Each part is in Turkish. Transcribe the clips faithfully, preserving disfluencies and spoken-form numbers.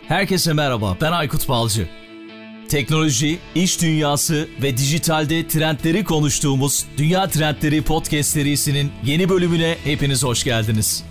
Herkese merhaba, ben Aykut Balcı. Teknoloji, iş dünyası ve dijitalde trendleri konuştuğumuz Dünya Trendleri Podcast serisinin yeni bölümüne hepiniz hoş geldiniz.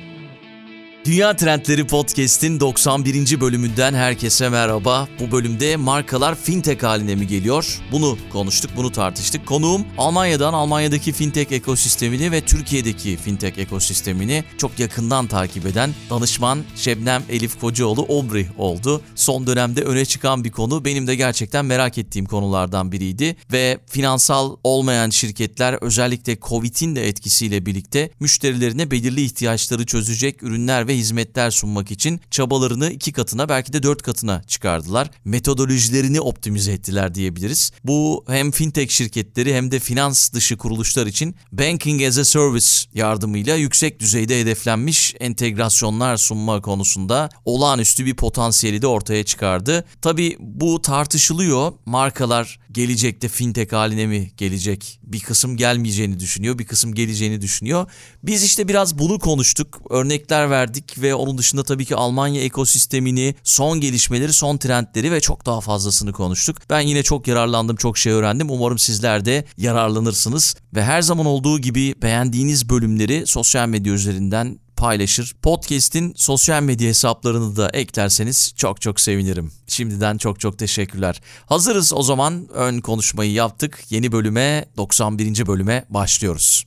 Dünya Trendleri Podcast'in doksan birinci bölümünden herkese merhaba. Bu bölümde markalar fintech haline mi geliyor? Bunu konuştuk, bunu tartıştık. Konuğum Almanya'dan, Almanya'daki fintech ekosistemini ve Türkiye'deki fintech ekosistemini çok yakından takip eden danışman Şebnem Elif Kocaoğlu Obri oldu. Son dönemde öne çıkan bir konu, benim de gerçekten merak ettiğim konulardan biriydi. Ve finansal olmayan şirketler özellikle Covid'in de etkisiyle birlikte müşterilerine belirli ihtiyaçları çözecek ürünler ve hizmetler sunmak için çabalarını iki katına belki de dört katına çıkardılar. Metodolojilerini optimize ettiler diyebiliriz. Bu hem fintech şirketleri hem de finans dışı kuruluşlar için Banking as a Service yardımıyla yüksek düzeyde hedeflenmiş entegrasyonlar sunma konusunda olağanüstü bir potansiyeli de ortaya çıkardı. Tabii bu tartışılıyor. Markalar gelecekte fintech haline mi gelecek? Bir kısım gelmeyeceğini düşünüyor, bir kısım geleceğini düşünüyor. Biz işte biraz bunu konuştuk, örnekler verdik ve onun dışında tabii ki Almanya ekosistemini, son gelişmeleri, son trendleri ve çok daha fazlasını konuştuk. Ben yine çok yararlandım, çok şey öğrendim. Umarım sizler de yararlanırsınız. Ve her zaman olduğu gibi beğendiğiniz bölümleri sosyal medya üzerinden paylaşır. Podcast'in sosyal medya hesaplarını da eklerseniz çok çok sevinirim. Şimdiden çok çok teşekkürler. Hazırız o zaman, ön konuşmayı yaptık. Yeni bölüme, doksan birinci bölüme başlıyoruz.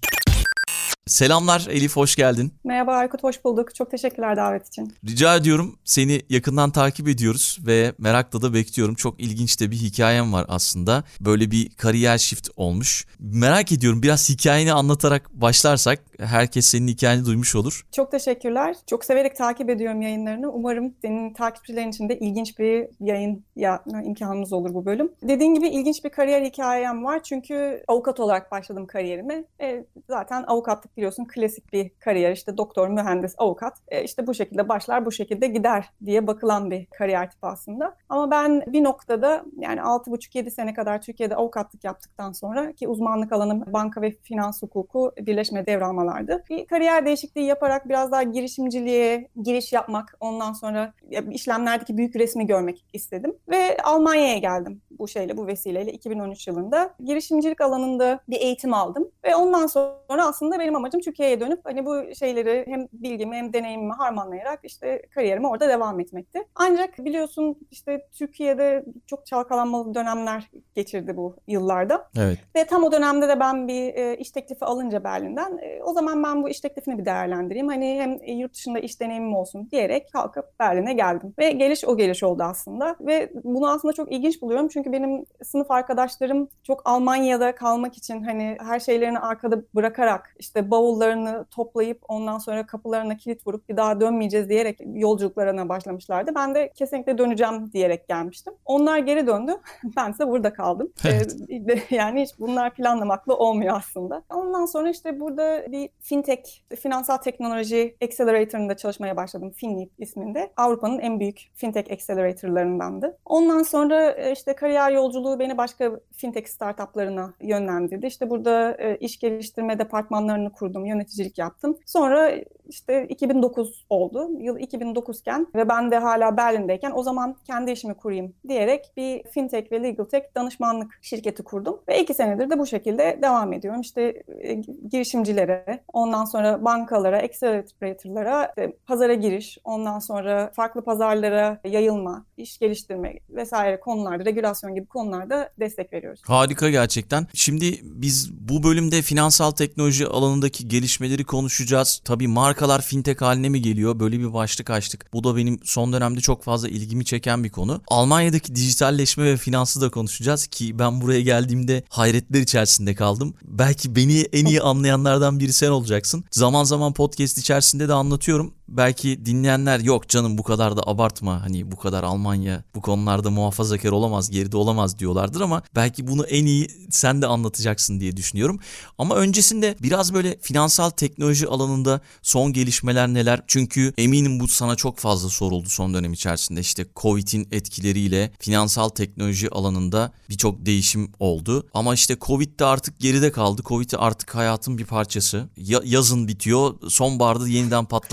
Selamlar Elif, hoş geldin. Merhaba Aykut, hoş bulduk. Çok teşekkürler davet için. Rica ediyorum. Seni yakından takip ediyoruz ve merakla da bekliyorum. Çok ilginç de bir hikayem var aslında. Böyle bir kariyer shift olmuş. Merak ediyorum, biraz hikayeni anlatarak başlarsak herkes senin hikayeni duymuş olur. Çok teşekkürler. Çok severek takip ediyorum yayınlarını. Umarım senin takipçilerin için de ilginç bir yayın yapma imkanımız olur bu bölüm. Dediğin gibi ilginç bir kariyer hikayem var. Çünkü avukat olarak başladım kariyerime. E, zaten avukatlık biliyorsun klasik bir kariyer. İşte doktor, mühendis, avukat. E, işte bu şekilde başlar, bu şekilde gider diye bakılan bir kariyer tipi aslında. Ama ben bir noktada yani altı buçuk yedi sene kadar Türkiye'de avukatlık yaptıktan sonra, ki uzmanlık alanım banka ve finans hukuku, birleşme devralmalardı. Bir kariyer değişikliği yaparak biraz daha girişimciliğe giriş yapmak, ondan sonra işlemlerdeki büyük resmi görmek istedim. Ve Almanya'ya geldim bu şeyle, bu vesileyle iki bin on üç yılında. Girişimcilik alanında bir eğitim aldım. Ve ondan sonra aslında benim amacım Türkiye'ye dönüp hani bu şeyleri hem bilgimi hem deneyimimi harmanlayarak işte kariyerime orada devam etmekti. Ancak biliyorsun işte Türkiye'de çok çalkalanmalı dönemler geçirdi bu yıllarda. Evet. Ve tam o dönemde de ben bir e, iş teklifi alınca Berlin'den e, o zaman ben bu iş teklifini bir değerlendireyim. Hani hem yurt dışında iş deneyimim olsun diyerek kalkıp Berlin'e geldim. Ve geliş o geliş oldu aslında. Ve bunu aslında çok ilginç buluyorum. Çünkü benim sınıf arkadaşlarım çok Almanya'da kalmak için hani her şeylerini arkada bırakarak işte bavullarını toplayıp ondan sonra kapılarına kilit vurup bir daha dönmeyeceğiz diyerek yolculuklarına başlamışlardı. Ben de kesinlikle döneceğim diyerek gelmiştim. Onlar geri döndü. Ben ise burada kaldım. Evet. Ee, yani hiç bunlar planlamakla olmuyor aslında. Ondan sonra işte burada bir fintech, finansal teknoloji accelerator'ında çalışmaya başladım. FinLeap isminde. Avrupa'nın en büyük fintech accelerator'larındandı. Ondan sonra işte kariyer yolculuğu beni başka fintech startuplarına yönlendirdi. İşte burada iş geliştirme departmanlarını kurdum, yöneticilik yaptım. Sonra işte iki bin dokuz oldu. Yıl iki bin dokuzken ve ben de hala Berlin'deyken o zaman kendi işimi kurayım diyerek bir fintech ve legal tech danışmanlık şirketi kurdum. Ve iki senedir de bu şekilde devam ediyorum. İşte girişimcilere, ondan sonra bankalara, accelerator'lara, işte pazara giriş, ondan sonra farklı pazarlara yayılma, iş geliştirme vesaire konularda, regülasyon gibi konularda destek veriyoruz. Harika gerçekten. Şimdi biz bu bölümde finansal teknoloji alanındaki gelişmeleri konuşacağız. Tabii markalar fintech haline mi geliyor? Böyle bir başlık açtık. Bu da benim son dönemde çok fazla ilgimi çeken bir konu. Almanya'daki dijitalleşme ve finansı da konuşacağız ki ben buraya geldiğimde hayretler içerisinde kaldım. Belki beni en iyi anlayanlardan biri sen olacaksın. Zaman zaman podcast içerisinde de anlatıyorum. Belki dinleyenler yok canım bu kadar da abartma, hani bu kadar Almanya bu konularda muhafazakar olamaz, geride olamaz diyorlardır ama belki bunu en iyi sen de anlatacaksın diye düşünüyorum. Ama öncesinde biraz böyle finansal teknoloji alanında son gelişmeler neler? Çünkü eminim bu sana çok fazla soruldu son dönem içerisinde. İşte Covid'in etkileriyle finansal teknoloji alanında birçok değişim oldu. Ama işte Covid de artık geride kaldı. Covid artık hayatın bir parçası. Ya, yazın bitiyor, sonbaharda yeniden patlak veriyor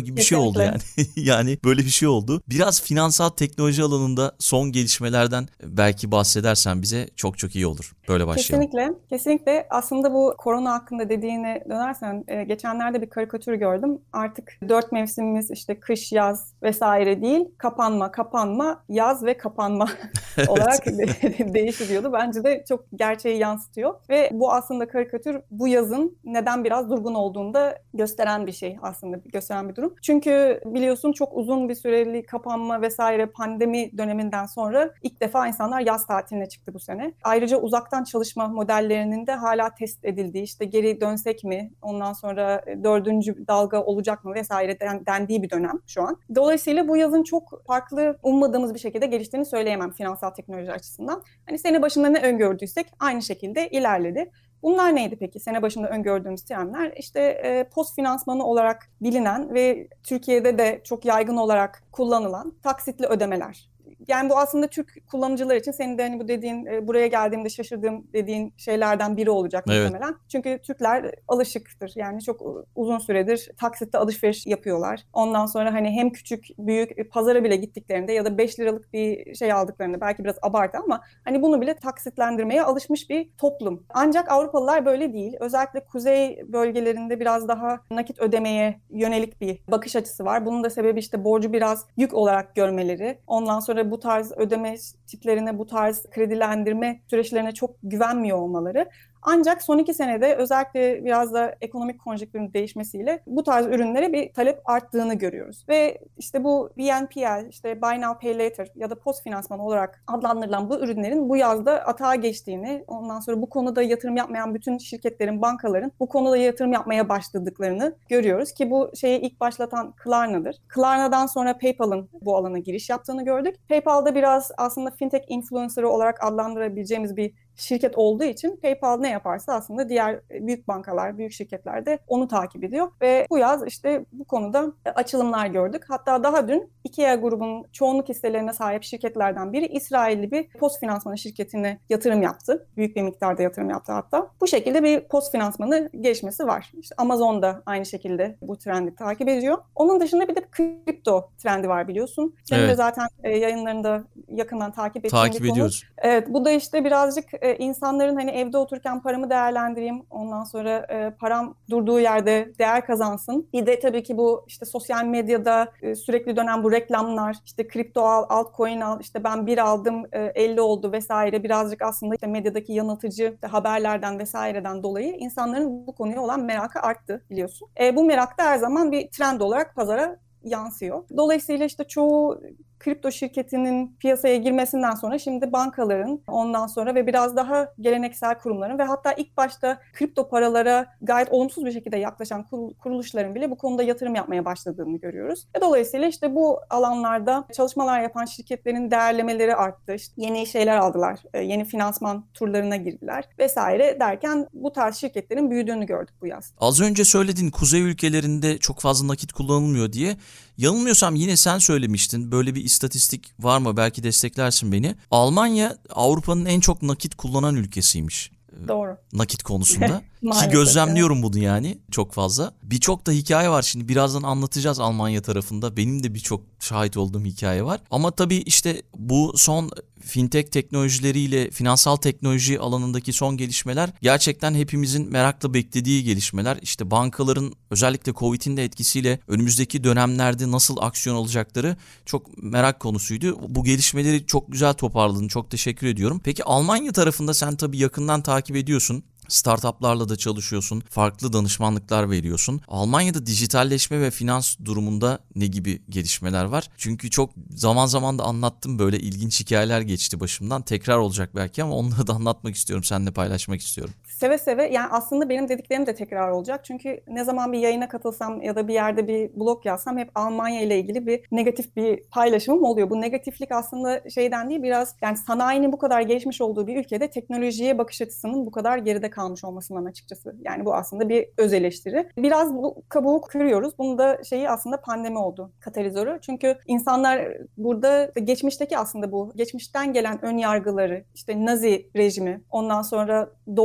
gibi bir şey oldu yani. Yani böyle bir şey oldu. Biraz finansal teknoloji alanında son gelişmelerden belki bahsedersen bize çok çok iyi olur. Böyle başlayalım. Kesinlikle. Kesinlikle. Aslında bu korona hakkında dediğine dönersen e, geçenlerde bir karikatür gördüm. Artık dört mevsimimiz işte kış, yaz vesaire değil. Kapanma, kapanma, yaz ve kapanma olarak değişiyordu. Bence de çok gerçeği yansıtıyor. Ve bu aslında karikatür bu yazın neden biraz durgun olduğunu da gösteren bir şey aslında. Gösteren bir durum. Çünkü biliyorsun çok uzun bir süreli kapanma vesaire pandemi döneminden sonra ilk defa insanlar yaz tatiline çıktı bu sene. Ayrıca uzaktan çalışma modellerinin de hala test edildiği, işte geri dönsek mi, ondan sonra dördüncü dalga olacak mı vesaire den, dendiği bir dönem şu an. Dolayısıyla bu yazın çok farklı, ummadığımız bir şekilde geliştiğini söyleyemem finansal teknoloji açısından. Hani sene başında ne öngördüysek aynı şekilde ilerledi. Bunlar neydi peki? Sene başında öngördüğümüz trendler işte e, post finansmanı olarak bilinen ve Türkiye'de de çok yaygın olarak kullanılan taksitli ödemeler. Yani bu aslında Türk kullanıcılar için senin de hani bu dediğin, buraya geldiğimde şaşırdığım dediğin şeylerden biri olacak muhtemelen. Evet. Çünkü Türkler alışıktır. Yani çok uzun süredir taksitle alışveriş yapıyorlar. Ondan sonra hani hem küçük, büyük pazara bile gittiklerinde ya da beş liralık bir şey aldıklarında belki biraz abartı ama hani bunu bile taksitlendirmeye alışmış bir toplum. Ancak Avrupalılar böyle değil. Özellikle kuzey bölgelerinde biraz daha nakit ödemeye yönelik bir bakış açısı var. Bunun da sebebi işte borcu biraz yük olarak görmeleri. Ondan sonra bu tarz ödeme tiplerine, bu tarz kredilendirme süreçlerine çok güvenmiyor olmaları. Ancak son iki senede özellikle biraz da ekonomik konjonktürün değişmesiyle bu tarz ürünlere bir talep arttığını görüyoruz. Ve işte bu B N P L, işte Buy Now Pay Later ya da post finansman olarak adlandırılan bu ürünlerin bu yazda atağa geçtiğini, ondan sonra bu konuda yatırım yapmayan bütün şirketlerin, bankaların bu konuda yatırım yapmaya başladıklarını görüyoruz. Ki bu şeyi ilk başlatan Klarna'dır. Klarna'dan sonra PayPal'ın bu alana giriş yaptığını gördük. PayPal'da biraz aslında fintech influencer'ı olarak adlandırabileceğimiz bir şirket olduğu için PayPal ne yaparsa aslında diğer büyük bankalar, büyük şirketler de onu takip ediyor. Ve bu yaz işte bu konuda açılımlar gördük. Hatta daha dün IKEA grubunun çoğunluk hisselerine sahip şirketlerden biri İsrailli bir post finansmanı şirketine yatırım yaptı. Büyük bir miktarda yatırım yaptı hatta. Bu şekilde bir post finansmanı gelişmesi var. İşte Amazon da aynı şekilde bu trendi takip ediyor. Onun dışında bir de kripto trendi var biliyorsun. Senin evet. de zaten yayınlarında yakından takip ettiğin takip bir konu. ediyoruz. Evet, bu da işte birazcık insanların hani evde otururken paramı değerlendireyim, ondan sonra e, param durduğu yerde değer kazansın. Bir de tabii ki bu işte sosyal medyada e, sürekli dönen bu reklamlar, işte kripto al, altcoin al, işte ben bir aldım e, elli oldu vesaire, birazcık aslında işte medyadaki yanıltıcı işte haberlerden vesaireden dolayı insanların bu konuya olan merakı arttı biliyorsun. E, bu merak da her zaman bir trend olarak pazara yansıyor. Dolayısıyla işte çoğu kripto şirketinin piyasaya girmesinden sonra şimdi bankaların, ondan sonra ve biraz daha geleneksel kurumların ve hatta ilk başta kripto paralara gayet olumsuz bir şekilde yaklaşan kuruluşların bile bu konuda yatırım yapmaya başladığını görüyoruz. Ve dolayısıyla işte bu alanlarda çalışmalar yapan şirketlerin değerlemeleri arttı. İşte yeni şeyler aldılar, yeni finansman turlarına girdiler vesaire derken bu tarz şirketlerin büyüdüğünü gördük bu yaz. Az önce söyledin kuzey ülkelerinde çok fazla nakit kullanılmıyor diye. Yanılmıyorsam yine sen söylemiştin. Böyle bir istatistik var mı? Belki desteklersin beni. Almanya Avrupa'nın en çok nakit kullanan ülkesiymiş. Doğru. Nakit konusunda. Ki gözlemliyorum bunu yani çok fazla. Birçok da hikaye var. Şimdi birazdan anlatacağız Almanya tarafında. Benim de birçok şahit olduğum hikaye var. Ama tabii işte bu son fintech teknolojileriyle finansal teknoloji alanındaki son gelişmeler gerçekten hepimizin merakla beklediği gelişmeler. İşte bankaların özellikle Covid'in de etkisiyle önümüzdeki dönemlerde nasıl aksiyon alacakları çok merak konusuydu. Bu gelişmeleri çok güzel toparladın. Çok teşekkür ediyorum. Peki Almanya tarafında sen tabii yakından takip ediyorsun. Startuplarla da çalışıyorsun, farklı danışmanlıklar veriyorsun. Almanya'da dijitalleşme ve finans durumunda ne gibi gelişmeler var? Çünkü çok zaman zaman da anlattım, böyle ilginç hikayeler geçti başımdan. Tekrar olacak belki ama onları da anlatmak istiyorum, seninle paylaşmak istiyorum. Seve seve, yani aslında benim dediklerim de tekrar olacak. Çünkü ne zaman bir yayına katılsam ya da bir yerde bir blog yazsam hep Almanya ile ilgili bir negatif bir paylaşımım oluyor. Bu negatiflik aslında şeyden değil, biraz yani sanayinin bu kadar gelişmiş olduğu bir ülkede teknolojiye bakış açısının bu kadar geride kalmış olmasından açıkçası. Yani bu aslında bir öz eleştiri. Biraz bu kabuğu kırıyoruz. Bunun da şeyi aslında pandemi oldu, katalizörü. Çünkü insanlar burada geçmişteki aslında bu geçmişten gelen ön yargıları, işte Nazi rejimi, ondan sonra Doğu Almanya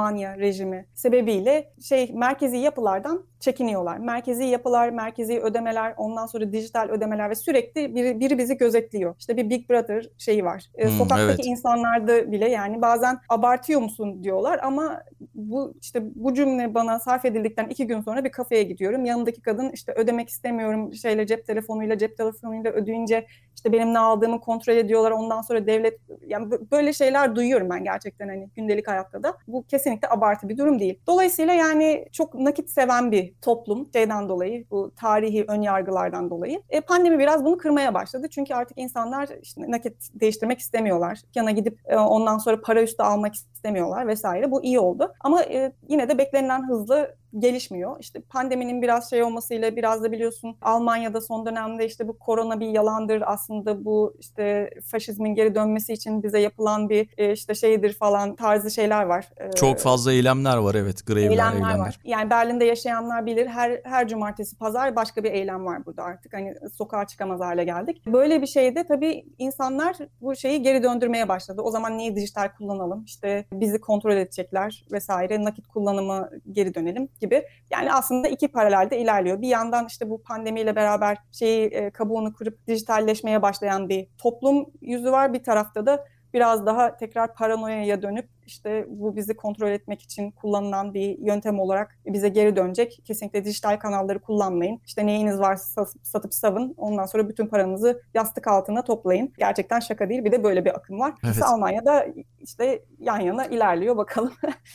Almanya rejimi sebebiyle şey merkezi yapılardan çekiniyorlar. Merkezi yapılar, merkezi ödemeler, ondan sonra dijital ödemeler ve sürekli biri, biri bizi gözetliyor. İşte bir Big Brother şeyi var. E, Hmm, sokaktaki evet. insanlarda bile yani bazen abartıyor musun diyorlar ama bu işte bu cümle bana sarf edildikten iki gün sonra bir kafeye gidiyorum. Yanındaki kadın işte ödemek istemiyorum şeyle cep telefonuyla cep telefonuyla ödeyince işte benim ne aldığımı kontrol ediyorlar. Ondan sonra devlet yani böyle şeyler duyuyorum ben gerçekten hani gündelik hayatta da. Bu kesinlikle abartı bir durum değil. Dolayısıyla yani çok nakit seven bir toplum şeyden dolayı, bu tarihi ön yargılardan dolayı. E, pandemi biraz bunu kırmaya başladı. Çünkü artık insanlar işte nakit değiştirmek istemiyorlar. Yana gidip e, ondan sonra para üstü almak istemiyorlar vesaire. Bu iyi oldu. Ama e, yine de beklenilen hızlı gelişmiyor. İşte pandeminin biraz şey olmasıyla biraz da biliyorsun Almanya'da son dönemde işte bu korona bir yalandır aslında bu işte faşizmin geri dönmesi için bize yapılan bir e, işte şeydir falan tarzı şeyler var. Çok fazla eylemler var, evet, grevler, eylemler, eylemler. var. Yani Berlin'de yaşayanlar bilir her her cumartesi pazar başka bir eylem var burada artık. Hani sokağa çıkamaz hale geldik. Böyle bir şeyde tabii insanlar bu şeyi geri döndürmeye başladı. O zaman niye dijital kullanalım? İşte bizi kontrol edecekler vesaire. Nakit kullanıma geri dönelim gibi. Yani aslında iki paralelde ilerliyor. Bir yandan işte bu pandemiyle beraber şeyi e, kabuğunu kırıp dijitalleşmeye başlayan bir toplum yüzü var. Bir tarafta da biraz daha tekrar paranoyaya dönüp işte bu bizi kontrol etmek için kullanılan bir yöntem olarak bize geri dönecek. Kesinlikle dijital kanalları kullanmayın. İşte neyiniz varsa satıp savın. Ondan sonra bütün paranızı yastık altına toplayın. Gerçekten şaka değil. Bir de böyle bir akım var. Evet. İşte Almanya'da işte yan yana ilerliyor. Bakalım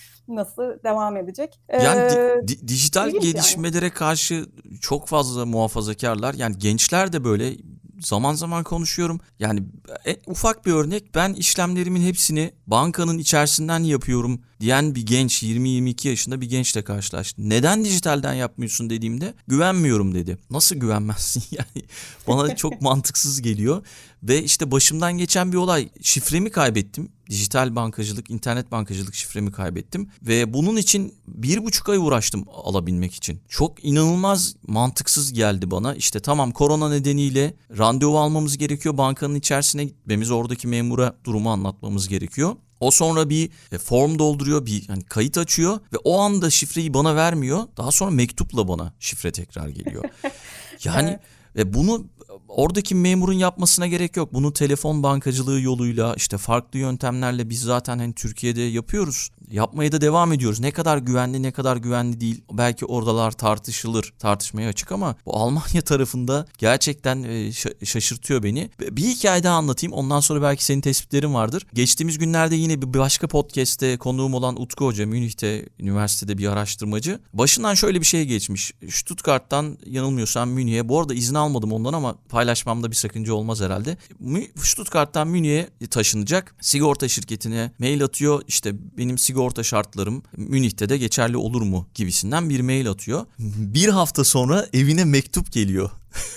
nasıl devam edecek. Yani Ee, di- di- dijital gelişmelere yani. karşı çok fazla muhafazakarlar. Yani gençler de böyle zaman zaman konuşuyorum. Yani e, ufak bir örnek, ben işlemlerimin hepsini bankanın içerisinden yapıyorum diyen bir genç, yirmi yirmi iki yaşında bir gençle karşılaştım. Neden dijitalden yapmıyorsun dediğimde güvenmiyorum dedi. Nasıl güvenmezsin yani? Bana çok mantıksız geliyor. Ve işte başımdan geçen bir olay, şifremi kaybettim. Dijital bankacılık, internet bankacılık şifremi kaybettim. Ve bunun için bir buçuk ay uğraştım alabilmek için. Çok inanılmaz mantıksız geldi bana. İşte tamam, korona nedeniyle randevu almamız gerekiyor. Bankanın içerisine gitmemiz, oradaki memura durumu anlatmamız gerekiyor. O sonra bir form dolduruyor, bir hani kayıt açıyor ve o anda şifreyi bana vermiyor. Daha sonra mektupla bana şifre tekrar geliyor. Yani evet. Ve bunu oradaki memurun yapmasına gerek yok. Bunu telefon bankacılığı yoluyla, işte farklı yöntemlerle biz zaten hani Türkiye'de yapıyoruz. Yapmaya da devam ediyoruz. Ne kadar güvenli, ne kadar güvenli değil. Belki oradalar tartışılır, tartışmaya açık ama bu Almanya tarafında gerçekten şaşırtıyor beni. Bir hikaye daha anlatayım. Ondan sonra belki senin tespitlerin vardır. Geçtiğimiz günlerde yine bir başka podcast'te konuğum olan Utku Hoca, Münih'te, üniversitede bir araştırmacı. Başından şöyle bir şey geçmiş. Stuttgart'tan yanılmıyorsam Münih'e, bu arada izin almadım ondan ama paylaşmamda bir sakınca olmaz herhalde. Stuttgart'tan Münih'e taşınacak. Sigorta şirketine mail atıyor. İşte benim sigorta şartlarım Münih'te de geçerli olur mu gibisinden bir mail atıyor. Bir hafta sonra evine mektup geliyor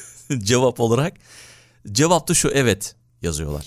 cevap olarak. Cevap da şu: evet yazıyorlar.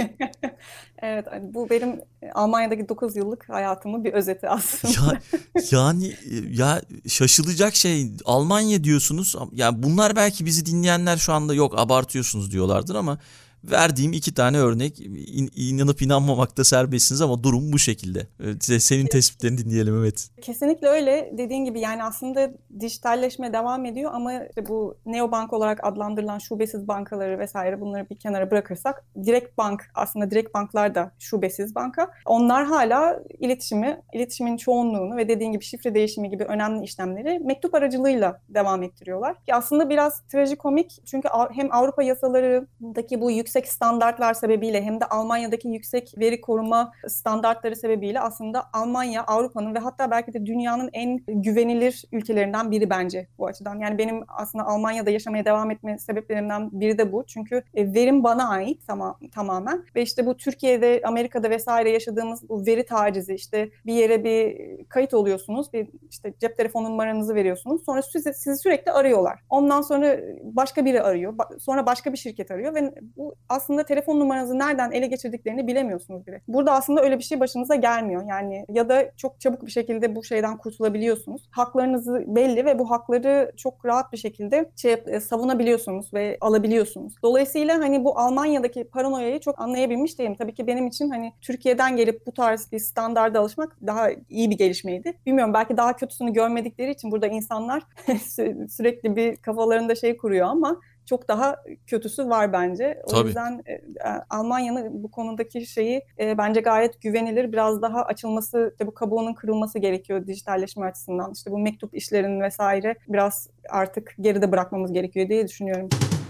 Evet, bu benim Almanya'daki dokuz yıllık hayatımın bir özeti aslında. Ya, yani ya şaşılacak şey, Almanya diyorsunuz. Yani bunlar belki bizi dinleyenler şu anda yok abartıyorsunuz diyorlardır ama verdiğim iki tane örnek, in, inanıp inanmamakta serbestsiniz ama durum bu şekilde. Senin tespitlerini dinleyelim, evet. Kesinlikle öyle. Dediğin gibi yani aslında dijitalleşme devam ediyor ama işte bu neobank olarak adlandırılan şubesiz bankaları vesaire, bunları bir kenara bırakırsak direkt bank, aslında direkt banklar da şubesiz banka. Onlar hala iletişimi, iletişimin çoğunluğunu ve dediğin gibi şifre değişimi gibi önemli işlemleri mektup aracılığıyla devam ettiriyorlar. Ki aslında biraz trajikomik, çünkü hem Avrupa yasalarındaki bu yüksek standartlar sebebiyle hem de Almanya'daki yüksek veri koruma standartları sebebiyle aslında Almanya Avrupa'nın ve hatta belki de dünyanın en güvenilir ülkelerinden biri bence bu açıdan. Yani benim aslında Almanya'da yaşamaya devam etme sebeplerimden biri de bu. Çünkü verim bana ait tamam, tamamen ve işte bu Türkiye'de, Amerika'da vesaire yaşadığımız bu veri tacizi, işte bir yere bir kayıt oluyorsunuz, bir işte cep telefonu numaranızı veriyorsunuz. Sonra sizi, sizi sürekli arıyorlar. Ondan sonra başka biri arıyor. Sonra başka bir şirket arıyor ve bu aslında telefon numaranızı nereden ele geçirdiklerini bilemiyorsunuz bile. Burada aslında öyle bir şey başınıza gelmiyor. Yani ya da çok çabuk bir şekilde bu şeyden kurtulabiliyorsunuz. Haklarınız belli ve bu hakları çok rahat bir şekilde şey, savunabiliyorsunuz ve alabiliyorsunuz. Dolayısıyla hani bu Almanya'daki paranoyayı çok anlayabilmiş değilim. şey mi? Tabii ki benim için hani Türkiye'den gelip bu tarz bir standarda alışmak daha iyi bir gelişmeydi. Bilmiyorum, belki daha kötüsünü görmedikleri için burada insanlar sürekli bir kafalarında şey kuruyor ama çok daha kötüsü var bence. O Tabii. yüzden e, Almanya'nın bu konudaki şeyi e, bence gayet güvenilir. Biraz daha açılması, işte bu kabuğunun kırılması gerekiyor dijitalleşme açısından. İşte bu mektup işlerinin vesaire biraz artık geride bırakmamız gerekiyor diye düşünüyorum.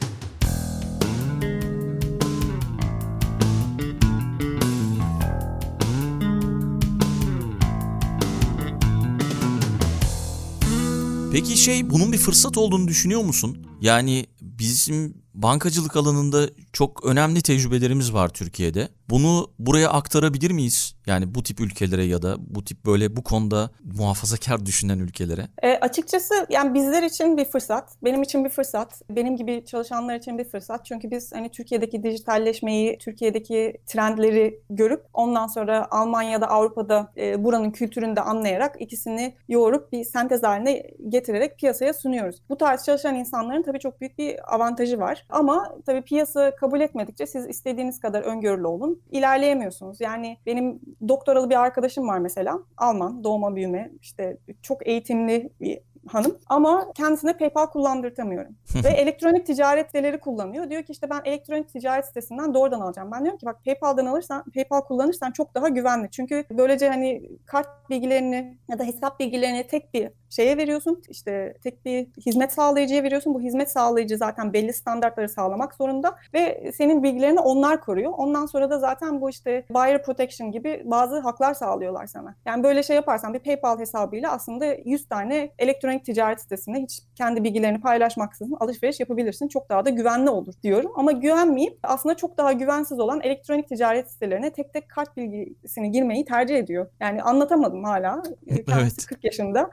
Peki şey, bunun bir fırsat olduğunu düşünüyor musun? Yani bizim bankacılık alanında çok önemli tecrübelerimiz var Türkiye'de. Bunu buraya aktarabilir miyiz? Yani bu tip ülkelere ya da bu tip böyle bu konuda muhafazakar düşünen ülkelere. E, açıkçası yani bizler için bir fırsat, benim için bir fırsat, benim gibi çalışanlar için bir fırsat. Çünkü biz hani Türkiye'deki dijitalleşmeyi, Türkiye'deki trendleri görüp ondan sonra Almanya'da, Avrupa'da e, buranın kültürünü de anlayarak ikisini yoğurup bir sentez haline getirerek piyasaya sunuyoruz. Bu tarz çalışan insanların tabii çok büyük bir avantajı var. Ama tabii piyasa kabul etmedikçe siz istediğiniz kadar öngörülü olun, ilerleyemiyorsunuz. Yani benim doktoralı bir arkadaşım var mesela, Alman, doğma büyüme, işte çok eğitimli bir hanım ama kendisine PayPal kullandırtamıyorum. Ve elektronik ticaret siteleri kullanıyor. Diyor ki işte ben elektronik ticaret sitesinden doğrudan alacağım. Ben diyorum ki bak, PayPal'dan alırsan, PayPal kullanırsan çok daha güvenli. Çünkü böylece hani kart bilgilerini ya da hesap bilgilerini tek bir şeye veriyorsun. İşte tek bir hizmet sağlayıcıya veriyorsun. Bu hizmet sağlayıcı zaten belli standartları sağlamak zorunda ve senin bilgilerini onlar koruyor. Ondan sonra da zaten bu işte buyer protection gibi bazı haklar sağlıyorlar sana. Yani böyle şey yaparsan bir PayPal hesabıyla aslında yüz tane elektronik ticaret sitesinde hiç kendi bilgilerini paylaşmaksızın alışveriş yapabilirsin. Çok daha da güvenli olur diyorum. Ama güvenmeyip aslında çok daha güvensiz olan elektronik ticaret sitelerine tek tek kart bilgisini girmeyi tercih ediyor. Yani anlatamadım hala. Kendisi Evet. kırk yaşında.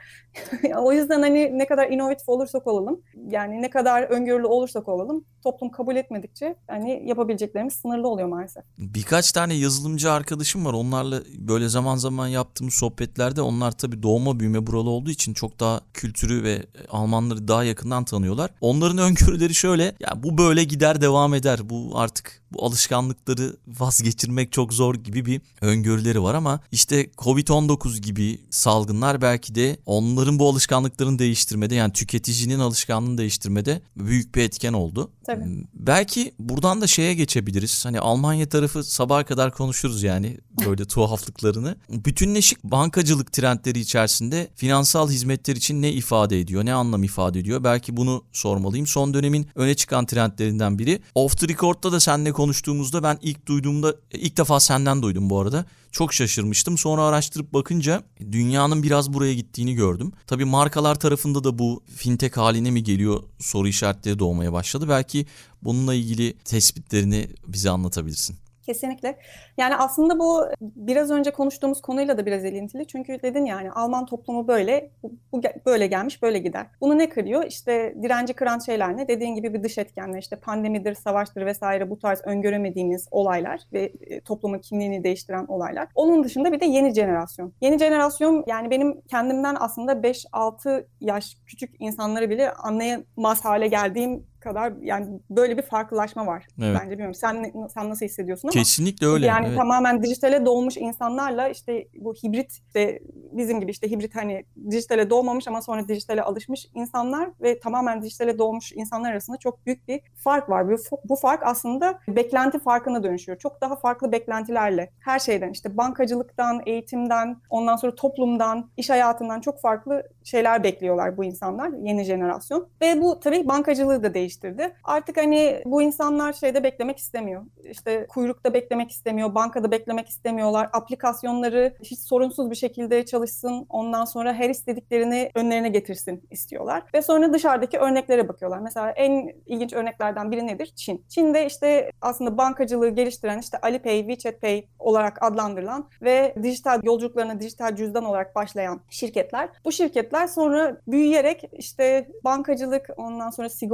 O yüzden hani ne kadar inovatif olursak olalım, yani ne kadar öngörülü olursak olalım, toplum kabul etmedikçe hani yapabileceklerimiz sınırlı oluyor maalesef. Birkaç tane yazılımcı arkadaşım var. Onlarla böyle zaman zaman yaptığımız sohbetlerde, onlar tabii doğma büyüme buralı olduğu için çok daha kültürü ve Almanları daha yakından tanıyorlar. Onların öngörüleri şöyle: ya bu böyle gider devam eder. Bu artık bu alışkanlıkları vazgeçirmek çok zor gibi bir öngörüleri var ama işte kovid on dokuz gibi salgınlar belki de onların bu alışkanlıklarını değiştirmede, yani tüketicinin alışkanlığını değiştirmede büyük bir etken oldu. Tabii. Belki buradan da şeye geçebiliriz. Hani Almanya tarafı sabaha kadar konuşuruz yani böyle tuhaflıklarını. Bütünleşik bankacılık trendleri içerisinde finansal hizmetler için ne ifade ediyor, ne anlam ifade ediyor? Belki bunu sormalıyım. Son dönemin öne çıkan trendlerinden biri. Off the record'da da seninle konuştuğumuzda ben ilk duyduğumda, ilk defa senden duydum bu arada. Çok şaşırmıştım. Sonra araştırıp bakınca dünyanın biraz buraya gittiğini gördüm. Tabii markalar tarafında da bu fintech haline mi geliyor soru işaretleri doğmaya başladı. Belki bununla ilgili tespitlerini bize anlatabilirsin. Kesinlikle. Yani aslında bu biraz önce konuştuğumuz konuyla da biraz ilintili. Çünkü dedin yani Alman toplumu böyle, bu, bu böyle gelmiş, böyle gider. Bunu ne kırıyor? İşte direnci kıran şeyler ne? Dediğin gibi bir dış etkenler, işte pandemidir, savaştır vesaire, bu tarz öngöremediğimiz olaylar ve e, toplumun kimliğini değiştiren olaylar. Onun dışında bir de yeni jenerasyon. Yeni jenerasyon, yani benim kendimden aslında beş altı yaş küçük insanları bile anlayamaz hale geldiğim kadar, yani böyle bir farklılaşma var. Evet. Bence bilmiyorum. Sen sen nasıl hissediyorsun ama Kesinlikle öyle. yani evet. tamamen dijitale doğmuş insanlarla işte bu hibrit, işte bizim gibi işte hibrit, hani dijitale doğmamış ama sonra dijitale alışmış insanlar ve tamamen dijitale doğmuş insanlar arasında çok büyük bir fark var. Bu, bu fark aslında beklenti farkına dönüşüyor. Çok daha farklı beklentilerle, her şeyden, işte bankacılıktan, eğitimden, ondan sonra toplumdan, iş hayatından çok farklı şeyler bekliyorlar bu insanlar, yeni jenerasyon. Ve bu tabii bankacılığı da değiştirdi. Artık hani bu insanlar şeyde beklemek istemiyor. İşte kuyrukta beklemek istemiyor, bankada beklemek istemiyorlar. Aplikasyonları hiç sorunsuz bir şekilde çalışsın, ondan sonra her istediklerini önlerine getirsin istiyorlar. Ve sonra dışarıdaki örneklere bakıyorlar. Mesela en ilginç örneklerden biri nedir? Çin. Çin'de işte aslında bankacılığı geliştiren işte Alipay, WeChat Pay olarak adlandırılan ve dijital yolculuklarına dijital cüzdan olarak başlayan şirketler. Bu şirketler sonra büyüyerek işte bankacılık, ondan sonra sigorta,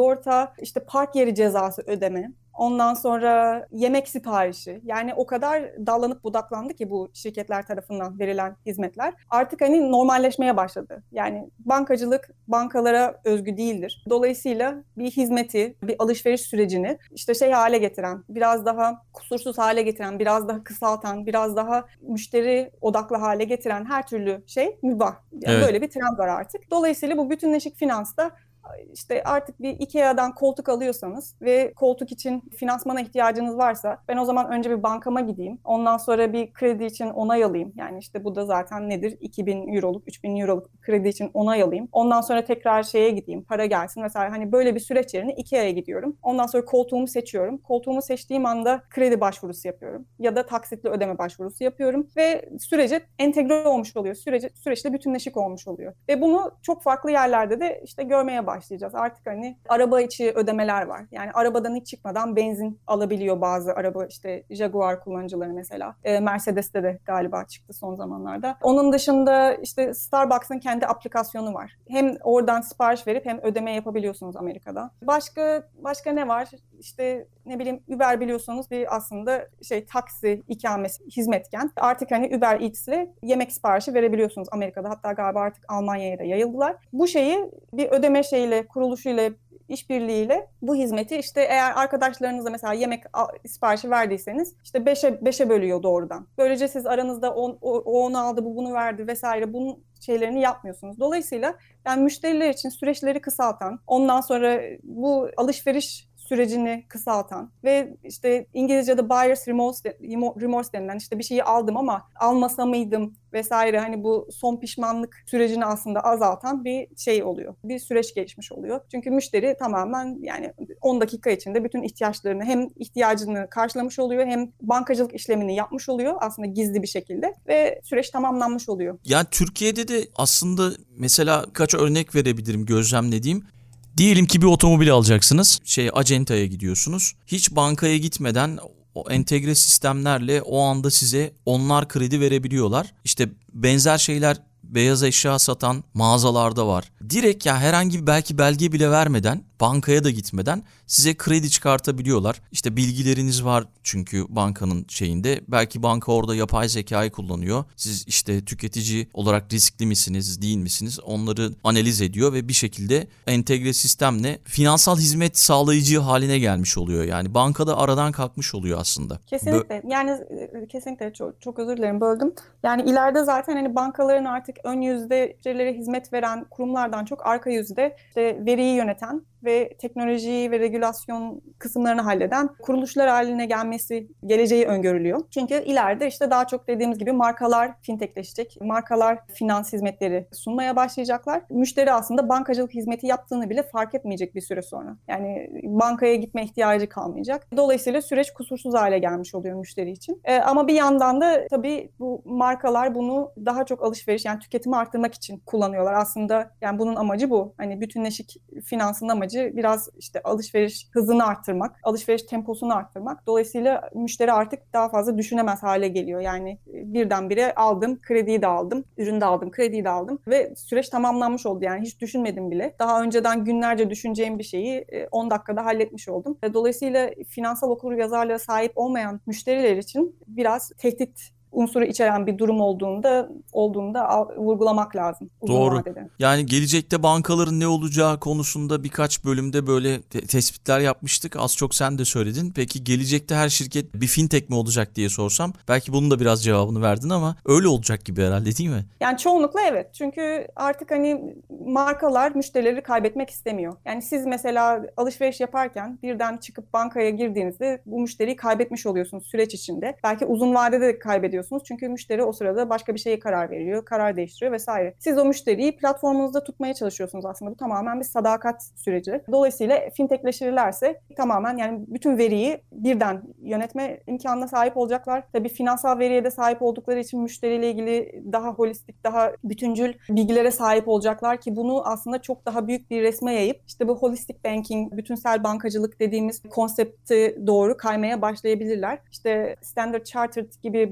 sonra işte park yeri cezası ödeme. Ondan sonra yemek siparişi. Yani o kadar dallanıp budaklandı ki bu şirketler tarafından verilen hizmetler. Artık hani normalleşmeye başladı. Yani bankacılık bankalara özgü değildir. Dolayısıyla bir hizmeti, bir alışveriş sürecini işte şey hale getiren, biraz daha kusursuz hale getiren, biraz daha kısaltan, biraz daha müşteri odaklı hale getiren her türlü şey mübah. Yani Evet. böyle bir trend var artık. Dolayısıyla bu bütünleşik finansta İşte artık bir IKEA'dan koltuk alıyorsanız ve koltuk için finansmana ihtiyacınız varsa ben o zaman önce bir bankama gideyim. Ondan sonra bir kredi için onay alayım. Yani işte bu da zaten nedir? iki bin euroluk, üç bin euroluk bir kredi için onay alayım. Ondan sonra tekrar şeye gideyim. Para gelsin vesaire. Hani böyle bir süreç yerine IKEA'ya gidiyorum. Ondan sonra koltuğumu seçiyorum. Koltuğumu seçtiğim anda kredi başvurusu yapıyorum. Ya da taksitli ödeme başvurusu yapıyorum. Ve sürece entegre olmuş oluyor. Sürece, süreçte bütünleşik olmuş oluyor. Ve bunu çok farklı yerlerde de işte görmeye başlayacağız. Artık hani araba içi ödemeler var. Yani arabadan hiç çıkmadan benzin alabiliyor bazı araba işte Jaguar kullanıcıları mesela. E, Mercedes'te de galiba çıktı son zamanlarda. Onun dışında işte Starbucks'ın kendi aplikasyonu var. Hem oradan sipariş verip hem ödeme yapabiliyorsunuz Amerika'da. Başka başka ne var? İşte ne bileyim Uber biliyorsunuz bir aslında şey taksi ikamesi hizmetken artık hani Uber Eats'le yemek siparişi verebiliyorsunuz Amerika'da. Hatta galiba artık Almanya'ya da yayıldılar. Bu şeyi bir ödeme şeyle kuruluşuyla işbirliğiyle bu hizmeti işte eğer arkadaşlarınızla mesela yemek siparişi verdiyseniz işte beşe beşe bölüyor doğrudan. Böylece siz aranızda o, o, o onu aldı bu bunu verdi vesaire bunun şeylerini yapmıyorsunuz. Dolayısıyla yani müşteriler için süreçleri kısaltan, ondan sonra bu alışveriş sürecini kısaltan ve işte İngilizce'de buyer's remorse, remorse denilen işte bir şeyi aldım ama almasa mıydım vesaire hani bu son pişmanlık sürecini aslında azaltan bir şey oluyor. Bir süreç gelişmiş oluyor. Çünkü müşteri tamamen yani on dakika içinde bütün ihtiyaçlarını hem ihtiyacını karşılamış oluyor hem bankacılık işlemini yapmış oluyor aslında gizli bir şekilde ve süreç tamamlanmış oluyor. Yani Türkiye'de de aslında mesela kaç örnek verebilirim gözlemlediğim. Diyelim ki bir otomobil alacaksınız. Şey acentaya gidiyorsunuz. Hiç bankaya gitmeden o entegre sistemlerle o anda size onlar kredi verebiliyorlar. İşte benzer şeyler beyaz eşya satan mağazalarda var. Direkt ya herhangi bir belki belge bile vermeden bankaya da gitmeden size kredi çıkartabiliyorlar. İşte bilgileriniz var çünkü bankanın şeyinde. Belki banka orada yapay zekayı kullanıyor. Siz işte tüketici olarak riskli misiniz, değil misiniz? Onları analiz ediyor ve bir şekilde entegre sistemle finansal hizmet sağlayıcı haline gelmiş oluyor. Yani bankada aradan kalkmış oluyor aslında. Kesinlikle. Bö- yani kesinlikle çok, çok özür dilerim böldüm. Yani ileride zaten hani bankaların artık ön yüzde müşterilere hizmet veren kurumlardan çok arka yüzde işte veriyi yöneten ve teknolojiyi ve regülasyon kısımlarını halleden kuruluşlar haline gelmesi geleceği öngörülüyor. Çünkü ileride işte daha çok dediğimiz gibi markalar fintechleşecek, markalar finans hizmetleri sunmaya başlayacaklar. Müşteri aslında bankacılık hizmeti yaptığını bile fark etmeyecek bir süre sonra. Yani bankaya gitme ihtiyacı kalmayacak. Dolayısıyla süreç kusursuz hale gelmiş oluyor müşteri için. Ee, ama bir yandan da tabii bu markalar bunu daha çok alışveriş yani tüketimi arttırmak için kullanıyorlar. Aslında yani bunun amacı bu. Hani bütünleşik finansın amacı biraz işte alışveriş hızını arttırmak, alışveriş temposunu arttırmak. Dolayısıyla müşteri artık daha fazla düşünemez hale geliyor. Yani birdenbire aldım, krediyi de aldım, ürünü de aldım, krediyi de aldım ve süreç tamamlanmış oldu. Yani hiç düşünmedim bile. Daha önceden günlerce düşüneceğim bir şeyi on dakikada halletmiş oldum. Dolayısıyla finansal okuryazarlığa sahip olmayan müşteriler için biraz tehdit unsuru içeren bir durum olduğunda olduğunda vurgulamak lazım uzun Doğru. vadede. Yani gelecekte bankaların ne olacağı konusunda birkaç bölümde böyle te- tespitler yapmıştık. Az çok sen de söyledin. Peki gelecekte her şirket bir fintech mi olacak diye sorsam belki bunun da biraz cevabını verdin ama öyle olacak gibi herhalde değil mi? Yani çoğunlukla evet. Çünkü artık hani markalar müşterileri kaybetmek istemiyor. Yani siz mesela alışveriş yaparken birden çıkıp bankaya girdiğinizde bu müşteriyi kaybetmiş oluyorsunuz süreç içinde. Belki uzun vadede de kaybediyorsunuz. Çünkü müşteri o sırada başka bir şeye karar veriyor, karar değiştiriyor vesaire. Siz o müşteriyi platformunuzda tutmaya çalışıyorsunuz aslında. Bu tamamen bir sadakat süreci. Dolayısıyla fintechleşirlerse tamamen yani bütün veriyi birden yönetme imkanına sahip olacaklar. Tabii finansal veriye de sahip oldukları için müşteriyle ilgili daha holistik, daha bütüncül bilgilere sahip olacaklar ki bunu aslında çok daha büyük bir resme yayıp işte bu holistic banking, bütünsel bankacılık dediğimiz konsepti doğru kaymaya başlayabilirler. İşte Standard Chartered gibi bankalar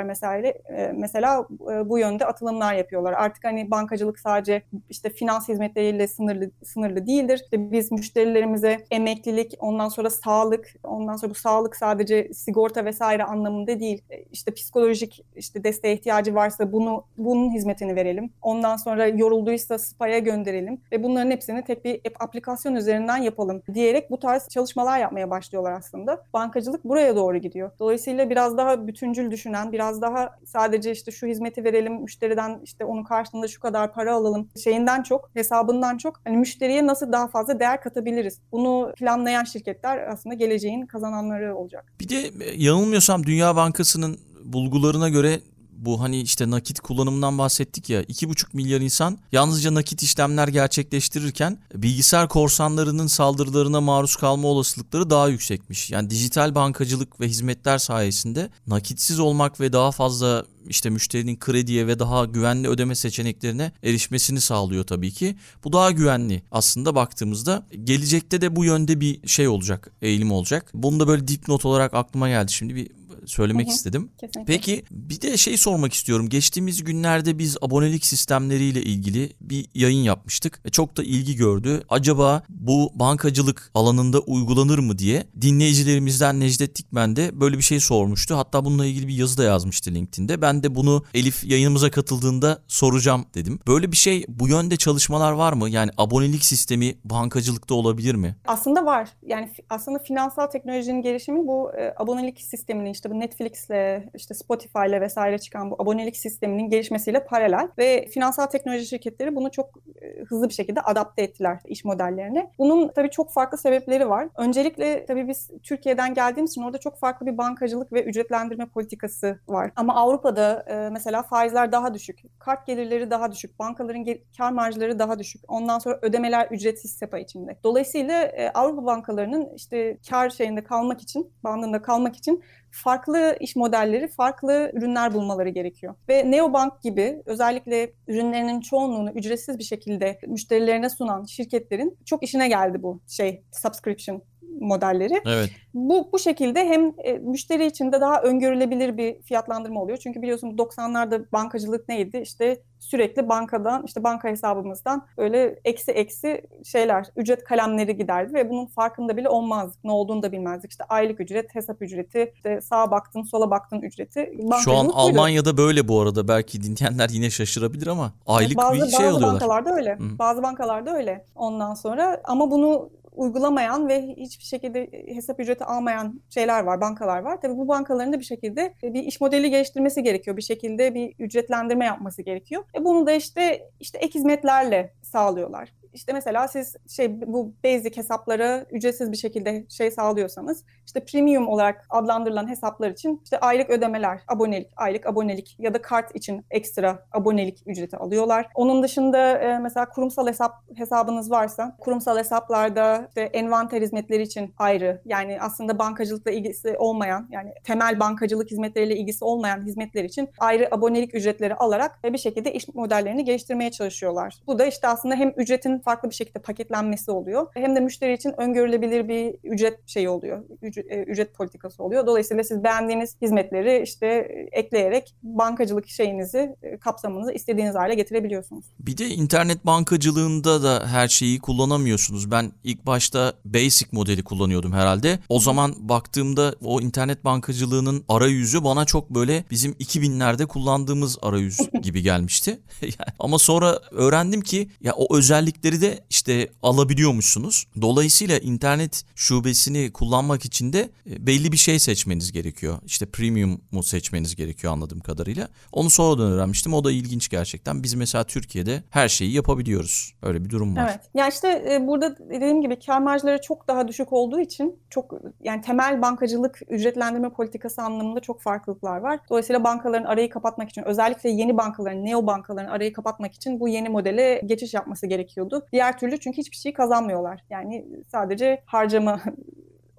şirketler mesela, e, mesela e, bu yönde atılımlar yapıyorlar. Artık hani bankacılık sadece işte finans hizmetleriyle sınırlı sınırlı değildir. İşte biz müşterilerimize emeklilik, ondan sonra sağlık, ondan sonra bu sağlık sadece sigorta vesaire anlamında değil. İşte psikolojik işte desteğe ihtiyacı varsa bunu bunun hizmetini verelim. Ondan sonra yorulduysa spa'ya gönderelim ve bunların hepsini tek bir aplikasyon üzerinden yapalım diyerek bu tarz çalışmalar yapmaya başlıyorlar aslında. Bankacılık buraya doğru gidiyor. Dolayısıyla biraz daha bütüncül düşünen, biraz daha sadece işte şu hizmeti verelim, müşteriden işte onun karşılığında şu kadar para alalım şeyinden çok, hesabından çok hani müşteriye nasıl daha fazla değer katabiliriz? Bunu planlayan şirketler aslında geleceğin kazananları olacak. Bir de yanılmıyorsam Dünya Bankası'nın bulgularına göre bu hani işte nakit kullanımından bahsettik ya, iki buçuk milyar insan yalnızca nakit işlemler gerçekleştirirken bilgisayar korsanlarının saldırılarına maruz kalma olasılıkları daha yüksekmiş. Yani dijital bankacılık ve hizmetler sayesinde nakitsiz olmak ve daha fazla işte müşterinin krediye ve daha güvenli ödeme seçeneklerine erişmesini sağlıyor tabii ki. Bu daha güvenli aslında baktığımızda. Gelecekte de bu yönde bir şey olacak, eğilim olacak. Bunu da böyle dipnot olarak aklıma geldi şimdi, bir söylemek hı hı, istedim. Kesinlikle. Peki bir de şey sormak istiyorum. Geçtiğimiz günlerde biz abonelik sistemleriyle ilgili bir yayın yapmıştık ve çok da ilgi gördü. Acaba bu bankacılık alanında uygulanır mı diye dinleyicilerimizden Necdet Dikmen de böyle bir şey sormuştu. Hatta bununla ilgili bir yazı da yazmıştı LinkedIn'de. Ben de bunu Elif yayınımıza katıldığında soracağım dedim. Böyle bir şey, bu yönde çalışmalar var mı? Yani abonelik sistemi bankacılıkta olabilir mi? Aslında var. Yani aslında finansal teknolojinin gelişimi bu e, abonelik sisteminin işte bu Netflix'le, işte Spotify'le vesaire çıkan bu abonelik sisteminin gelişmesiyle paralel ve finansal teknoloji şirketleri bunu çok hızlı bir şekilde adapte ettiler iş modellerine. Bunun tabii çok farklı sebepleri var. Öncelikle tabii biz Türkiye'den geldiğimiz için orada çok farklı bir bankacılık ve ücretlendirme politikası var. Ama Avrupa'da e, mesela faizler daha düşük, kart gelirleri daha düşük, bankaların ge- kar marjları daha düşük. Ondan sonra ödemeler ücretsiz SEPA içinde. Dolayısıyla e, Avrupa bankalarının işte kar şeyinde kalmak için, bandında kalmak için farklı iş modelleri, farklı ürünler bulmaları gerekiyor. Ve Neobank gibi özellikle ürünlerinin çoğunluğunu ücretsiz bir şekilde müşterilerine sunan şirketlerin çok işine geldi bu şey subscription modelleri. Evet. Bu bu şekilde hem e, müşteri için de daha öngörülebilir bir fiyatlandırma oluyor. Çünkü biliyorsunuz doksanlarda bankacılık neydi? İşte sürekli bankadan, işte banka hesabımızdan böyle eksi eksi şeyler, ücret kalemleri giderdi ve bunun farkında bile olmazdık. Ne olduğunu da bilmezdik. İşte aylık ücret, hesap ücreti, işte sağa baktın, sola baktın ücreti. Şu an buydu. Almanya'da böyle bu arada. Belki dinleyenler yine şaşırabilir ama aylık bazı, bir şey bazı alıyorlar. Bazı bankalarda öyle. Hı. Bazı bankalarda öyle. Ondan sonra ama bunu uygulamayan ve hiçbir şekilde hesap ücreti almayan şeyler var, bankalar var. Tabii bu bankaların da bir şekilde bir iş modeli geliştirmesi gerekiyor. Bir şekilde bir ücretlendirme yapması gerekiyor. E bunu da işte işte ek hizmetlerle sağlıyorlar. İşte mesela siz şey bu basic hesaplara ücretsiz bir şekilde şey sağlıyorsanız işte premium olarak adlandırılan hesaplar için işte aylık ödemeler, abonelik, aylık abonelik ya da kart için ekstra abonelik ücreti alıyorlar. Onun dışında e, mesela kurumsal hesap hesabınız varsa kurumsal hesaplarda işte envanter hizmetleri için ayrı, yani aslında bankacılıkla ilgisi olmayan, yani temel bankacılık hizmetleriyle ilgisi olmayan hizmetler için ayrı abonelik ücretleri alarak ve bir şekilde iş modellerini geliştirmeye çalışıyorlar. Bu da işte aslında hem ücretin farklı bir şekilde paketlenmesi oluyor, hem de müşteri için öngörülebilir bir ücret şeyi oluyor, ücret, ücret politikası oluyor. Dolayısıyla siz beğendiğiniz hizmetleri işte ekleyerek bankacılık şeyinizi, kapsamınızı istediğiniz hale getirebiliyorsunuz. Bir de internet bankacılığında da her şeyi kullanamıyorsunuz. Ben ilk başta basic modeli kullanıyordum herhalde. O zaman baktığımda o internet bankacılığının arayüzü bana çok böyle bizim iki binlerde kullandığımız arayüz gibi gelmişti. Ama sonra öğrendim ki ya o özellikleri de işte alabiliyormuşsunuz. Dolayısıyla internet şubesini kullanmak için de belli bir şey seçmeniz gerekiyor. İşte premium'u seçmeniz gerekiyor anladığım kadarıyla. Onu sonradan öğrenmiştim. O da ilginç gerçekten. Biz mesela Türkiye'de her şeyi yapabiliyoruz. Öyle bir durum var. Evet. Ya işte e, burada dediğim gibi kar marjları çok daha düşük olduğu için çok, yani temel bankacılık ücretlendirme politikası anlamında çok farklılıklar var. Dolayısıyla bankaların arayı kapatmak için, özellikle yeni bankaların, neo bankaların arayı kapatmak için bu yeni modele geçiş yapması gerekiyordu. Diğer türlü çünkü hiçbir şey kazanmıyorlar. Yani sadece harcama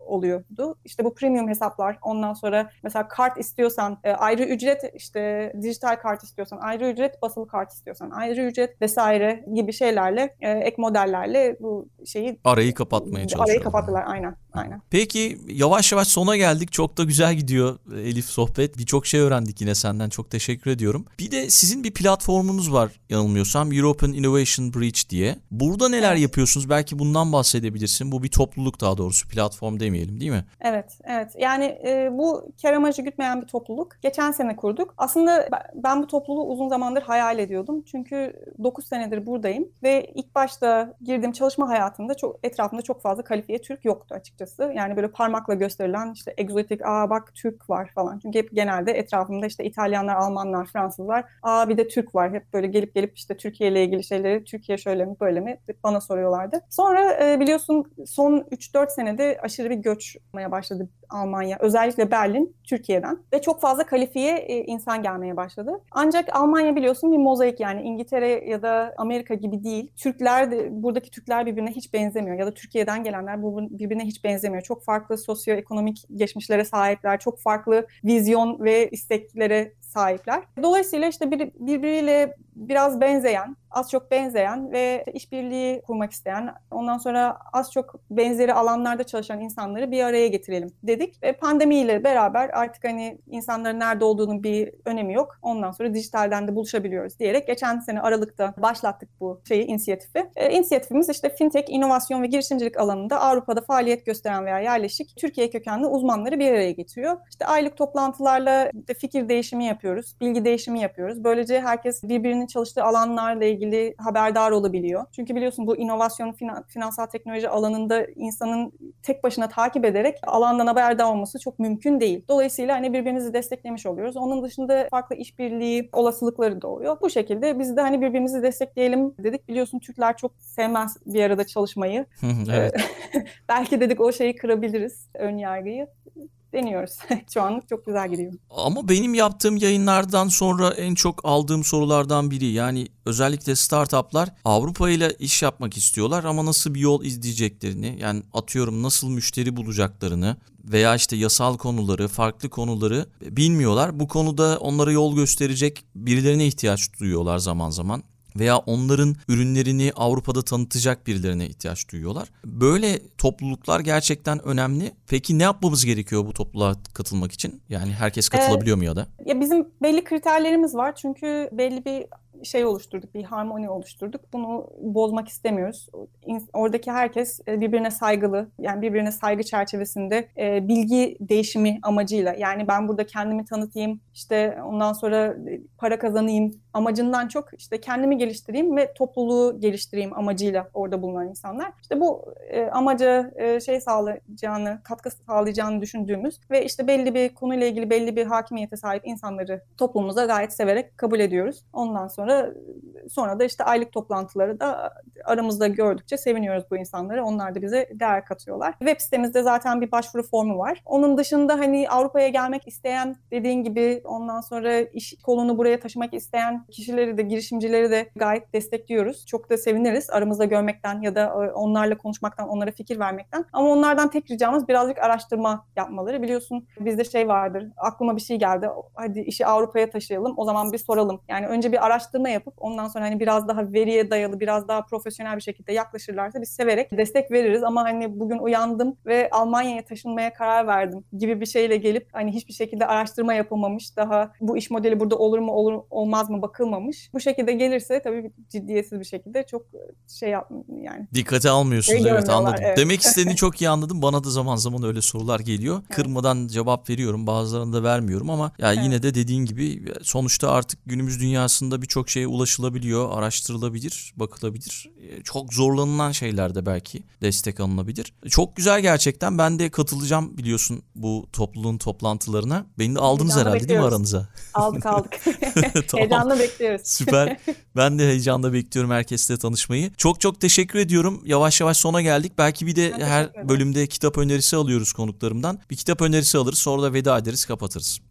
oluyordu. İşte bu premium hesaplar, ondan sonra mesela kart istiyorsan e, ayrı ücret, işte dijital kart istiyorsan ayrı ücret, basılı kart istiyorsan ayrı ücret vesaire gibi şeylerle, e, ek modellerle bu şeyi arayı kapatmaya çalışıyorlar. Arayı kapattılar aynen. Aynen. Peki yavaş yavaş sona geldik. Çok da güzel gidiyor Elif sohbet. Birçok şey öğrendik yine senden. Çok teşekkür ediyorum. Bir de sizin bir platformunuz var yanılmıyorsam. European Innovation Bridge diye. Burada neler evet. yapıyorsunuz? Belki bundan bahsedebilirsin. Bu bir topluluk, daha doğrusu platform demeyelim, değil mi? Evet, evet. Yani e, bu kar amacı gütmeyen bir topluluk. Geçen sene kurduk. Aslında ben bu topluluğu uzun zamandır hayal ediyordum. Çünkü dokuz senedir buradayım ve ilk başta girdiğim çalışma hayatımda çok etrafımda çok fazla kalifiye Türk yoktu açıkçası. Yani böyle parmakla gösterilen işte egzotik, aa bak Türk var falan. Çünkü hep genelde etrafımda işte İtalyanlar, Almanlar, Fransızlar, aa bir de Türk var. Hep böyle gelip gelip işte Türkiye ile ilgili şeyleri, Türkiye şöyle mi böyle mi bana soruyorlardı. Sonra biliyorsun son üç dört senede aşırı bir göç olmaya başladı Almanya. Özellikle Berlin, Türkiye'den. Ve çok fazla kalifiye insan gelmeye başladı. Ancak Almanya biliyorsun bir mozaik, yani İngiltere ya da Amerika gibi değil. Türkler de, buradaki Türkler birbirine hiç benzemiyor. Ya da Türkiye'den gelenler birbirine hiç benzemiyor. Çok farklı sosyoekonomik geçmişlere sahipler. Çok farklı vizyon ve isteklere sahipler. Dolayısıyla işte bir, birbiriyle biraz benzeyen, az çok benzeyen ve işbirliği kurmak isteyen, ondan sonra az çok benzeri alanlarda çalışan insanları bir araya getirelim dedik. Ve pandemiyle beraber artık hani insanların nerede olduğunun bir önemi yok. Ondan sonra dijitalden de buluşabiliyoruz diyerek geçen sene Aralık'ta başlattık bu şeyi, inisiyatifi. E, inisiyatifimiz işte fintech, inovasyon ve girişimcilik alanında Avrupa'da faaliyet gösteren veya yerleşik Türkiye kökenli uzmanları bir araya getiriyor. İşte aylık toplantılarla işte fikir değişimi yapıyoruz, bilgi değişimi yapıyoruz. Böylece herkes birbirinin çalıştığı alanlarla ilgili haberdar olabiliyor. Çünkü biliyorsun bu inovasyon, finansal teknoloji alanında insanın tek başına takip ederek alandan haberdar olması çok mümkün değil. Dolayısıyla hani birbirimizi desteklemiş oluyoruz. Onun dışında farklı işbirliği olasılıkları doğuyor. Bu şekilde biz de hani birbirimizi destekleyelim dedik. Biliyorsun Türkler çok sevmez bir arada çalışmayı. Evet. Belki dedik o şeyi kırabiliriz, ön yargıyı. Deniyoruz. Şu anlık çok güzel gidiyor. Ama benim yaptığım yayınlardan sonra en çok aldığım sorulardan biri, yani özellikle startuplar Avrupa ile iş yapmak istiyorlar ama nasıl bir yol izleyeceklerini, yani atıyorum nasıl müşteri bulacaklarını veya işte yasal konuları, farklı konuları bilmiyorlar. Bu konuda onlara yol gösterecek birilerine ihtiyaç duyuyorlar zaman zaman. Veya onların ürünlerini Avrupa'da tanıtacak birilerine ihtiyaç duyuyorlar. Böyle topluluklar gerçekten önemli. Peki ne yapmamız gerekiyor bu topluluğa katılmak için? Yani herkes katılabiliyor ee, mu ya da? Ya bizim belli kriterlerimiz var. Çünkü belli bir şey oluşturduk, bir harmoni oluşturduk. Bunu bozmak istemiyoruz. Oradaki herkes birbirine saygılı, yani birbirine saygı çerçevesinde e, bilgi değişimi amacıyla. Yani ben burada kendimi tanıtayım, işte ondan sonra para kazanayım amacından çok işte kendimi geliştireyim ve topluluğu geliştireyim amacıyla orada bulunan insanlar. İşte bu e, amaca e, şey sağlayacağını, katkı sağlayacağını düşündüğümüz ve işte belli bir konuyla ilgili belli bir hakimiyete sahip insanları toplumumuza gayet severek kabul ediyoruz. Ondan sonra Sonra da işte aylık toplantıları da aramızda gördükçe seviniyoruz bu insanları. Onlar da bize değer katıyorlar. Web sitemizde zaten bir başvuru formu var. Onun dışında hani Avrupa'ya gelmek isteyen, dediğin gibi ondan sonra iş kolunu buraya taşımak isteyen kişileri de, girişimcileri de gayet destekliyoruz. Çok da seviniriz aramızda görmekten ya da onlarla konuşmaktan, onlara fikir vermekten. Ama onlardan tek ricamız birazcık araştırma yapmaları. Biliyorsun bizde şey vardır, aklıma bir şey geldi. Hadi işi Avrupa'ya taşıyalım, o zaman bir soralım. Yani önce bir araştırma yapıp ondan sonra hani biraz daha veriye dayalı, biraz daha profesyonel bir şekilde yaklaşırlarsa biz severek destek veririz. Ama hani bugün uyandım ve Almanya'ya taşınmaya karar verdim gibi bir şeyle gelip hani hiçbir şekilde araştırma yapılmamış, daha bu iş modeli burada olur mu olur olmaz mı bakılmamış. Bu şekilde gelirse tabii ciddiyetsiz bir şekilde çok şey yapmıyorum yani. Dikkate almıyorsunuz, şey evet anladım. Evet. Demek istediğini çok iyi anladım. Bana da zaman zaman öyle sorular geliyor. Evet. Kırmadan cevap veriyorum, bazılarını da vermiyorum ama ya evet. Yine de dediğin gibi sonuçta artık günümüz dünyasında birçok şeye ulaşılabiliyor, araştırılabilir, bakılabilir. Çok zorlanılan şeylerde belki destek alınabilir. Çok güzel gerçekten. Ben de katılacağım biliyorsun bu topluluğun toplantılarına. Beni de aldınız heyecanla herhalde bekliyoruz. Değil mi aranıza? Aldık aldık. Tamam. Heyecanla bekliyoruz. Süper. Ben de heyecanla bekliyorum herkesle tanışmayı. Çok çok teşekkür ediyorum. Yavaş yavaş sona geldik. Belki bir de ben her bölümde kitap önerisi alıyoruz konuklarımdan. Bir kitap önerisi alırız, sonra da veda ederiz, kapatırız.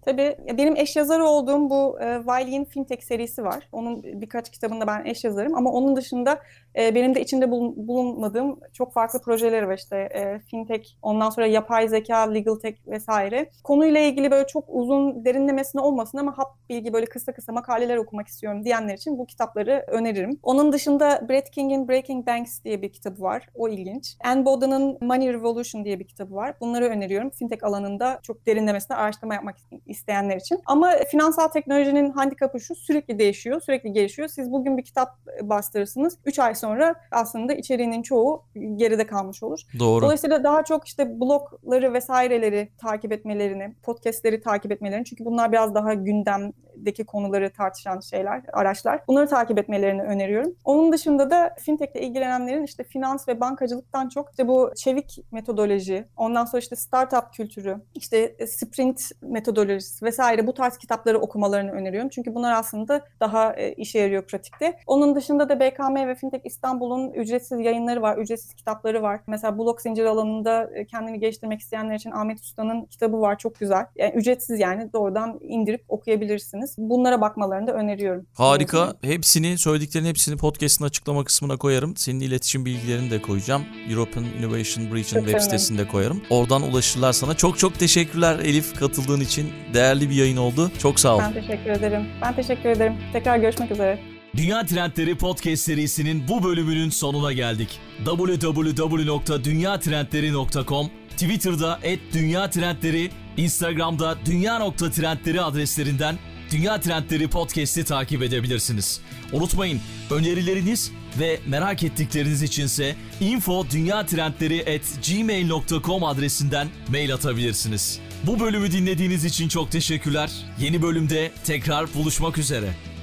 Tabii. Benim eş yazarı olduğum bu e, Wiley'in Fintech serisi var. Onun birkaç kitabında ben eş yazarım ama onun dışında e, benim de içinde bulun, bulunmadığım çok farklı projeleri var. İşte e, Fintech, ondan sonra yapay zeka, legal tech vesaire. Konuyla ilgili böyle çok uzun derinlemesine olmasın ama hap bilgi böyle kısa kısa makaleler okumak istiyorum diyenler için bu kitapları öneririm. Onun dışında Brett King'in Breaking Banks diye bir kitabı var. O ilginç. Anne Boden'ın Money Revolution diye bir kitabı var. Bunları öneriyorum. Fintech alanında çok derinlemesine araştırma yapmak isteyenler için. Ama finansal teknolojinin handikapı şu, sürekli değişiyor, sürekli gelişiyor. Siz bugün bir kitap bastırırsınız. üç ay sonra aslında içeriğinin çoğu geride kalmış olur. Doğru. Dolayısıyla daha çok işte blogları vesaireleri takip etmelerini, podcastleri takip etmelerini, çünkü bunlar biraz daha gündemdeki konuları tartışan şeyler, araçlar. Bunları takip etmelerini öneriyorum. Onun dışında da fintech'le ilgilenenlerin işte finans ve bankacılıktan çok işte bu çevik metodoloji, ondan sonra işte startup kültürü, işte sprint metodolojisi vesaire bu tarz kitapları okumalarını öneriyorum. Çünkü bunlar aslında daha e, işe yarıyor pratikte. Onun dışında da B K M ve Fintech İstanbul'un ücretsiz yayınları var, ücretsiz kitapları var. Mesela blok zincir alanında kendini geliştirmek isteyenler için Ahmet Usta'nın kitabı var, çok güzel. Yani ücretsiz, yani doğrudan indirip okuyabilirsiniz. Bunlara bakmalarını da öneriyorum. Harika. Hepsini, söylediklerin hepsini podcast'ın açıklama kısmına koyarım. Senin iletişim bilgilerini de koyacağım. European Innovation Bridge'in web sitesinde koyarım. Oradan ulaşırlar sana. Çok çok teşekkürler Elif, katıldığın için. Değerli bir yayın oldu. Çok sağ ol. Ben teşekkür ederim. Ben teşekkür ederim. Tekrar görüşmek üzere. Dünya Trendleri Podcast serisinin bu bölümünün sonuna geldik. double-u double-u double-u nokta dünya trendleri nokta com, Twitter'da et dünya trendleri, Instagram'da dünya nokta trendleri adreslerinden Dünya Trendleri Podcast'i takip edebilirsiniz. Unutmayın, önerileriniz ve merak ettikleriniz içinse info dünya trendleri at gmail nokta com adresinden mail atabilirsiniz. Bu bölümü dinlediğiniz için çok teşekkürler. Yeni bölümde tekrar buluşmak üzere.